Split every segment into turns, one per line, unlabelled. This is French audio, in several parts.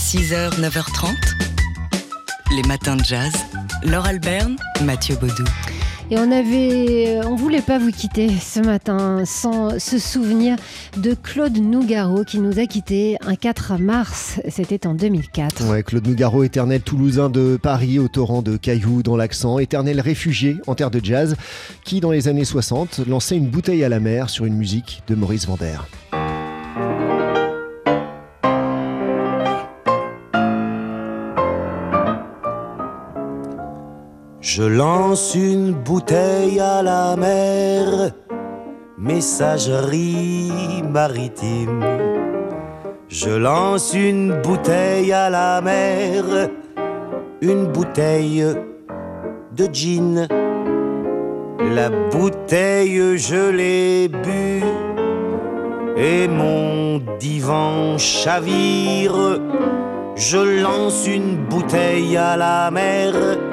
6h, 9h30, les matins de jazz. Laure Alberne, Mathieu Baudou.
Et on voulait pas vous quitter ce matin sans se souvenir de Claude Nougaro qui nous a quittés un 4 mars, c'était en 2004.
Ouais, Claude Nougaro, éternel Toulousain de Paris, au torrent de cailloux dans l'accent, éternel réfugié en terre de jazz, qui dans les années 60 lançait une bouteille à la mer sur une musique de Maurice Vander.
Je lance une bouteille à la mer, messagerie maritime. Je lance une bouteille à la mer, une bouteille de gin. La bouteille je l'ai bu et mon divan chavire. Je lance une bouteille à la mer.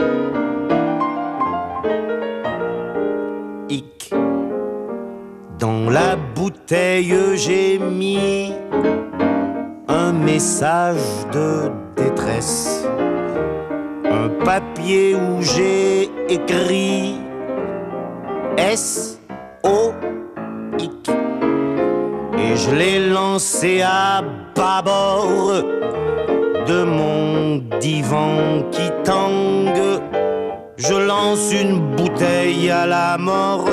Dans la bouteille j'ai mis un message de détresse, un papier où j'ai écrit S-O-I-C et je l'ai lancé à bâbord de mon divan qui tangue. Je lance une bouteille à la mort.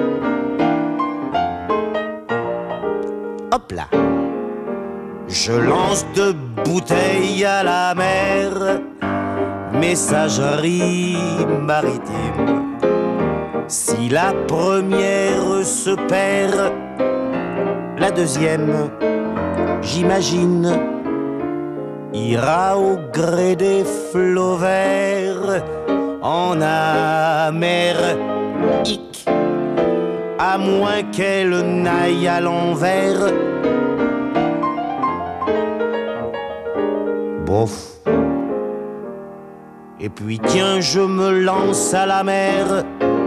Hop là, je lance deux bouteilles à la mer, messagerie maritime. Si la première se perd, la deuxième, j'imagine, ira au gré des flots verts en Amérique. À moins qu'elle n'aille à l'envers. Bof. Et puis tiens, je me lance à la mer.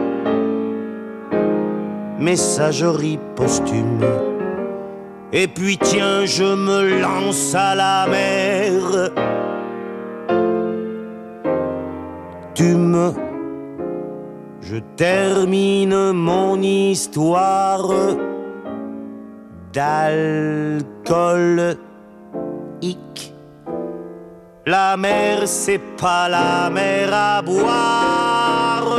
Messagerie posthume. Et puis tiens, je me lance à la mer. Je termine mon histoire d'alcoolique. La mer, c'est pas la mer à boire.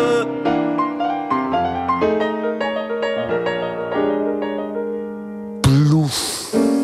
Plouf.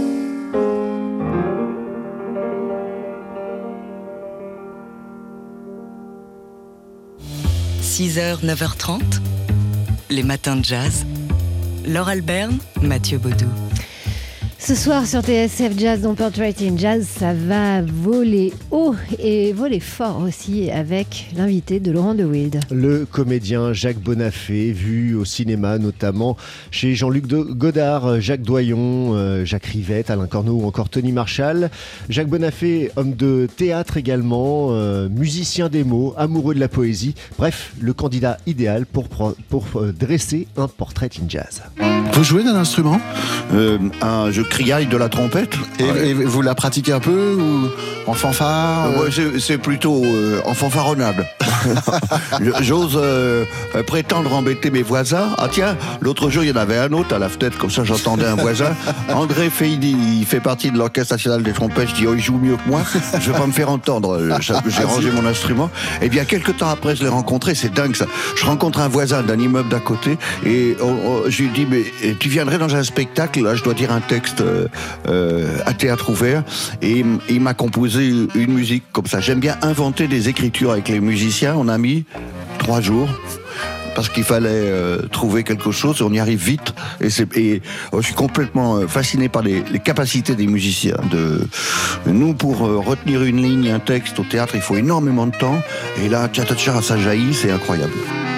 6h, 9h30, les matins de jazz. Laure Alberne, Mathieu Baudou.
Ce soir sur TSF Jazz dans Portrait in Jazz, ça va voler haut et voler fort aussi avec l'invité de Laurent de Wild.
Le comédien Jacques Bonafé, vu au cinéma notamment chez Jean-Luc Godard, Jacques Doyon, Jacques Rivette, Alain Corneau ou encore Tony Marshall. Jacques Bonafé, homme de théâtre également, musicien des mots, amoureux de la poésie. Bref, le candidat idéal pour dresser un portrait in jazz.
Vous jouez d'un instrument ?
Je criaille de la trompette.
Et vous la pratiquez un peu ou en fanfare
Moi, c'est plutôt en fanfaronnade. J'ose prétendre embêter mes voisins. Ah tiens, l'autre jour, il y en avait un autre à la fenêtre, comme ça j'entendais un voisin. André Feidi, il fait partie de l'Orchestre National des Trompettes. Je dis, oh, il joue mieux que moi. Je vais pas me faire entendre. J'ai rangé mon instrument. Et bien, quelques temps après, je l'ai rencontré. C'est dingue, ça. Je rencontre un voisin d'un immeuble d'à côté et je lui dis, mais tu viendrais dans un spectacle, là, je dois dire un texte à théâtre ouvert, et il m'a composé une musique comme ça. J'aime bien inventer des écritures avec les musiciens. On a mis 3 jours parce qu'il fallait trouver quelque chose, on y arrive vite, et je suis complètement fasciné par les capacités des musiciens. Nous, pour retenir une ligne, un texte au théâtre, il faut énormément de temps, et là, ça jaillit, c'est incroyable.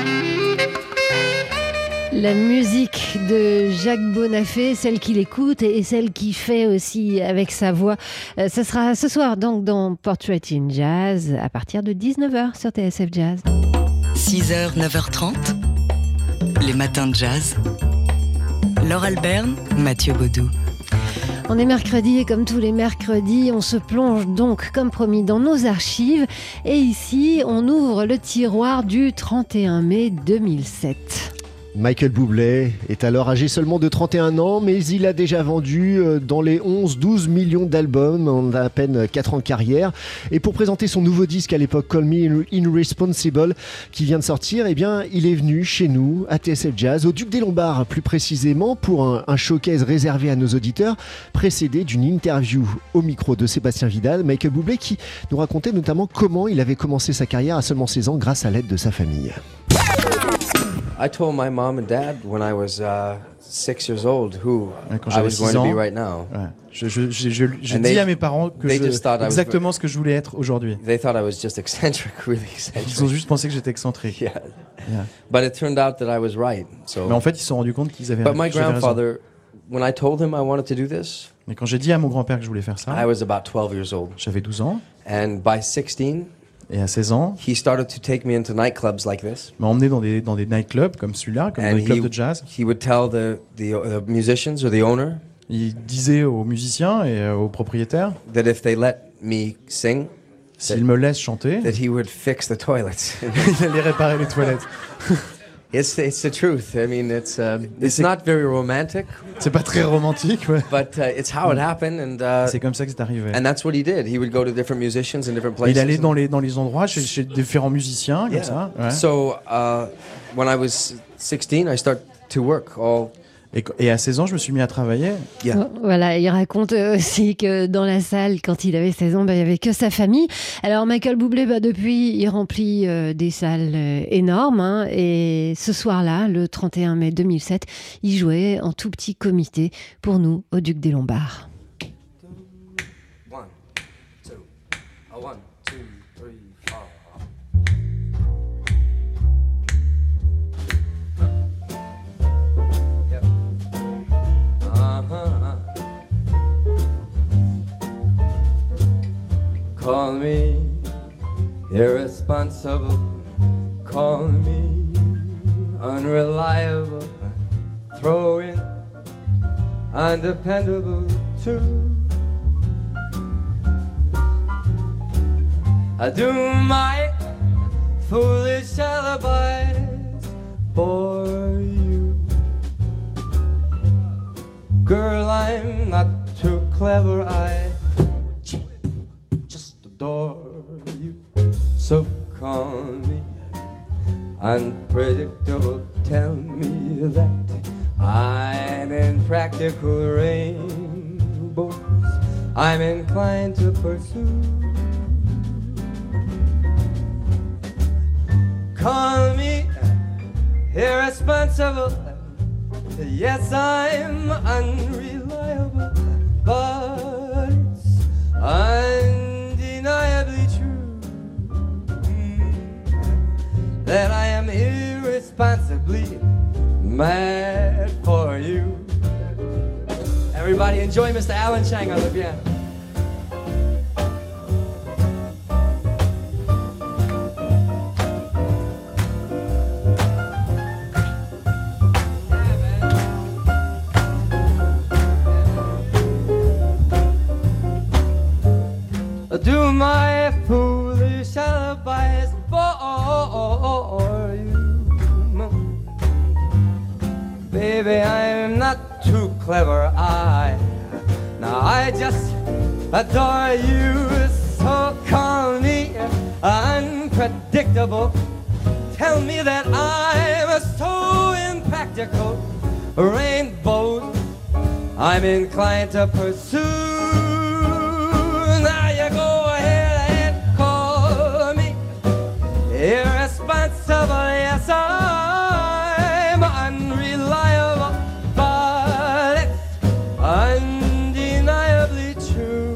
La musique de Jacques Bonafé, celle qu'il écoute et celle qu'il fait aussi avec sa voix. Ce sera ce soir donc dans Portrait in Jazz à partir de 19h sur TSF Jazz.
6h, 9h30, les matins de jazz. Laure Alberne, Mathieu Baudou.
On est mercredi et comme tous les mercredis, on se plonge donc comme promis dans nos archives. Et ici, on ouvre le tiroir du 31 mai 2007.
Michael Bublé est alors âgé seulement de 31 ans, mais il a déjà vendu dans les 11-12 millions d'albums en à peine 4 ans de carrière. Et pour présenter son nouveau disque à l'époque, Call Me Irresponsible, qui vient de sortir, eh bien, il est venu chez nous, à TSF Jazz, au Duc des Lombards plus précisément, pour un showcase réservé à nos auditeurs, précédé d'une interview au micro de Sébastien Vidal. Michael Bublé qui nous racontait notamment comment il avait commencé sa carrière à seulement 16 ans grâce à l'aide de sa famille.
I told my mom and dad when I was 6 years old who
quand
I
j'avais
was
6
going to be
ans,
right now.
ouais. Je
And
dis
they-
à mes parents que
they just thought I was
exactement ce que je voulais être aujourd'hui.
They thought I was just eccentric, really
Ils ont
eccentric.
juste pensé que j'étais excentrique.
Yeah.
Yeah.
But it turned out that I was right. So,
Mais en fait, ils se sont rendus compte qu'ils avaient
but my
j'avais raison.
grandfather, when I told him I wanted to do this,
Mais quand j'ai dit à mon grand-père que je voulais faire ça,
I was about 12 years old.
j'avais 12 ans.
And by 16,
Et à 16 ans,
he started to take me into nightclubs like this.
il m'a emmené dans des nightclubs comme celui-là, comme dans
And
des clubs de jazz.
he would tell the musicians or the owner
Il disait aux musiciens et aux propriétaires,
that if they let me sing,
s'ils me laissent chanter,
that he would fix the toilets.
il allait réparer les toilettes.
It's the truth. I mean, it's
c'est-
not very romantic,
C'est pas très romantique, ouais.
but it's how it happened,
C'est comme ça que c'est arrivé.
and that's what he did. He would go to different musicians in different places.
Il allait dans les endroits chez différents musiciens, comme
Yeah.
ça. Ouais.
So when I was 16, I started to work all.
Et à 16 ans, je me suis mis à travailler.
Yeah.
Voilà, il raconte aussi que dans la salle, quand il avait 16 ans, il n'y avait que sa famille. Alors Michael Bublé, depuis, il remplit des salles énormes. Hein, et ce soir-là, le 31 mai 2007, il jouait en tout petit comité pour nous au Duc des Lombards.
1, 2, 1, 2, 3, 4. Yep. Call me irresponsible. Call me unreliable. Throw in undependable too. I do my foolish alibis for you. Girl, I'm not too clever, I just adore you. So call me unpredictable, tell me that I'm in practical rainbows I'm inclined to pursue. Call me irresponsible. Yes, I'm unreliable, but it's undeniably true that I am irresponsibly mad for you. Everybody enjoy Mr. Alan Chang on the piano. Do my foolish alibis for you. Baby, I'm not too clever, I just adore you. So call me unpredictable. Tell me that I'm so impractical. Rainbows I'm inclined to pursue. Now you go ahead and call me irresponsible. Yes, I'm unreliable, but it's undeniably true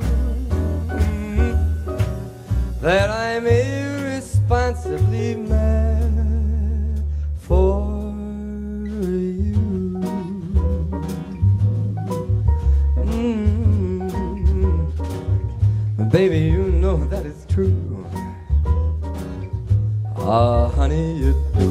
that I'm irresponsibly mad for you. Baby, you know that it's true. Ah, honey, you do.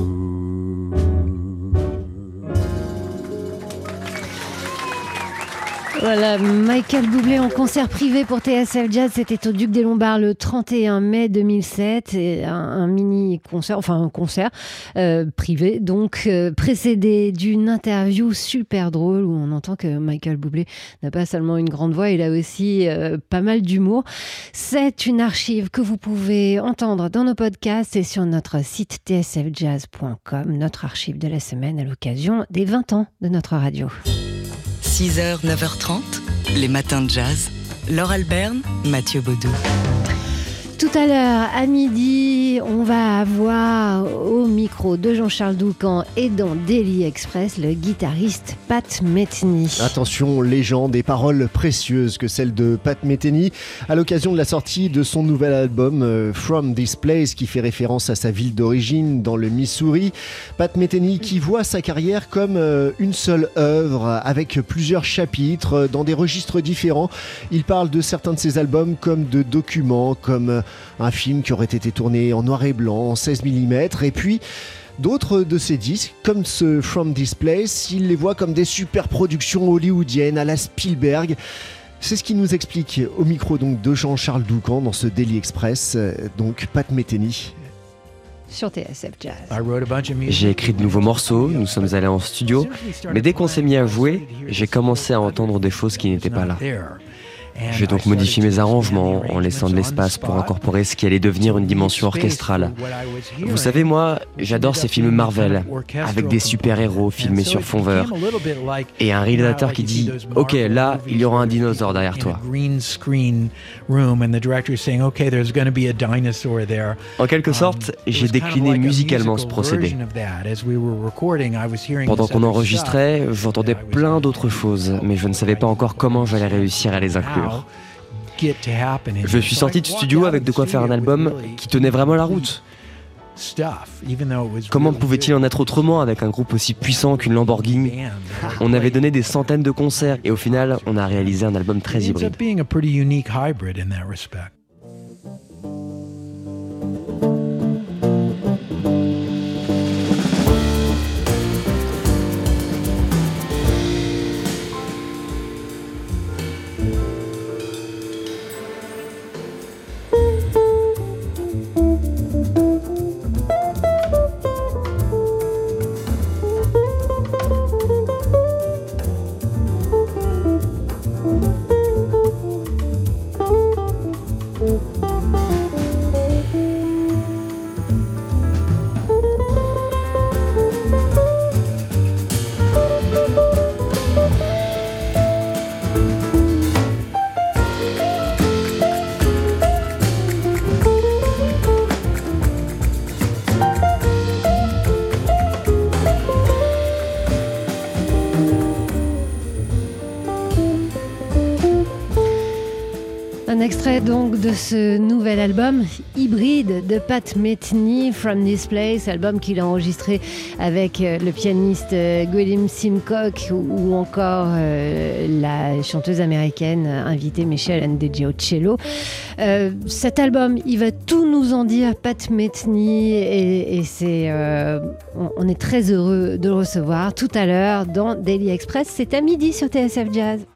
Voilà, Michael Bublé en concert privé pour TSF Jazz, c'était au Duc des Lombards le 31 mai 2007, et un mini-concert, enfin un concert privé, donc précédé d'une interview super drôle où on entend que Michael Bublé n'a pas seulement une grande voix, il a aussi pas mal d'humour. C'est une archive que vous pouvez entendre dans nos podcasts et sur notre site tsfjazz.com, notre archive de la semaine à l'occasion des 20 ans de notre radio.
6h, 9h30, les matins de jazz. Laure Alberne, Mathieu Baudou.
Tout à l'heure, à midi, on va avoir au micro de Jean-Charles Doucan et dans Daily Express le guitariste Pat Metheny.
Attention, légende et paroles précieuses que celles de Pat Metheny à l'occasion de la sortie de son nouvel album From This Place, qui fait référence à sa ville d'origine dans le Missouri. Pat Metheny qui voit sa carrière comme une seule œuvre avec plusieurs chapitres dans des registres différents. Il parle de certains de ses albums comme de documents, comme un film qui aurait été tourné en noir et blanc, en 16 mm, et puis d'autres de ses disques, comme ce From This Place, il les voit comme des super productions hollywoodiennes à la Spielberg. C'est ce qu'il nous explique au micro donc de Jean-Charles Doucan dans ce Daily Express, donc Pat Metheny.
Sur TSF Jazz.
J'ai écrit de nouveaux morceaux, nous sommes allés en studio, mais dès qu'on s'est mis à jouer, j'ai commencé à entendre des choses qui n'étaient pas là. J'ai donc modifié mes arrangements en laissant de l'espace pour incorporer ce qui allait devenir une dimension orchestrale. Vous savez, moi, j'adore ces films Marvel, avec des super-héros filmés sur fond vert, et un réalisateur qui dit « Ok, là, il y aura un dinosaure derrière toi ». En quelque sorte, j'ai décliné musicalement ce procédé. Pendant qu'on enregistrait, j'entendais plein d'autres choses, mais je ne savais pas encore comment j'allais réussir à les inclure. Je suis sorti du studio avec de quoi faire un album qui tenait vraiment la route. Comment pouvait-il en être autrement avec un groupe aussi puissant qu'une Lamborghini ? On avait donné des centaines de concerts et au final, on a réalisé un album très hybride.
Un extrait donc de ce nouvel album hybride de Pat Metheny, From This Place, album qu'il a enregistré avec le pianiste Gwilym Simcock ou encore la chanteuse américaine invitée Michelle Ndegeocello. Cet album, il va tout nous en dire, Pat Metheny, et c'est, on est très heureux de le recevoir tout à l'heure dans Daily Express. C'est à midi sur TSF Jazz.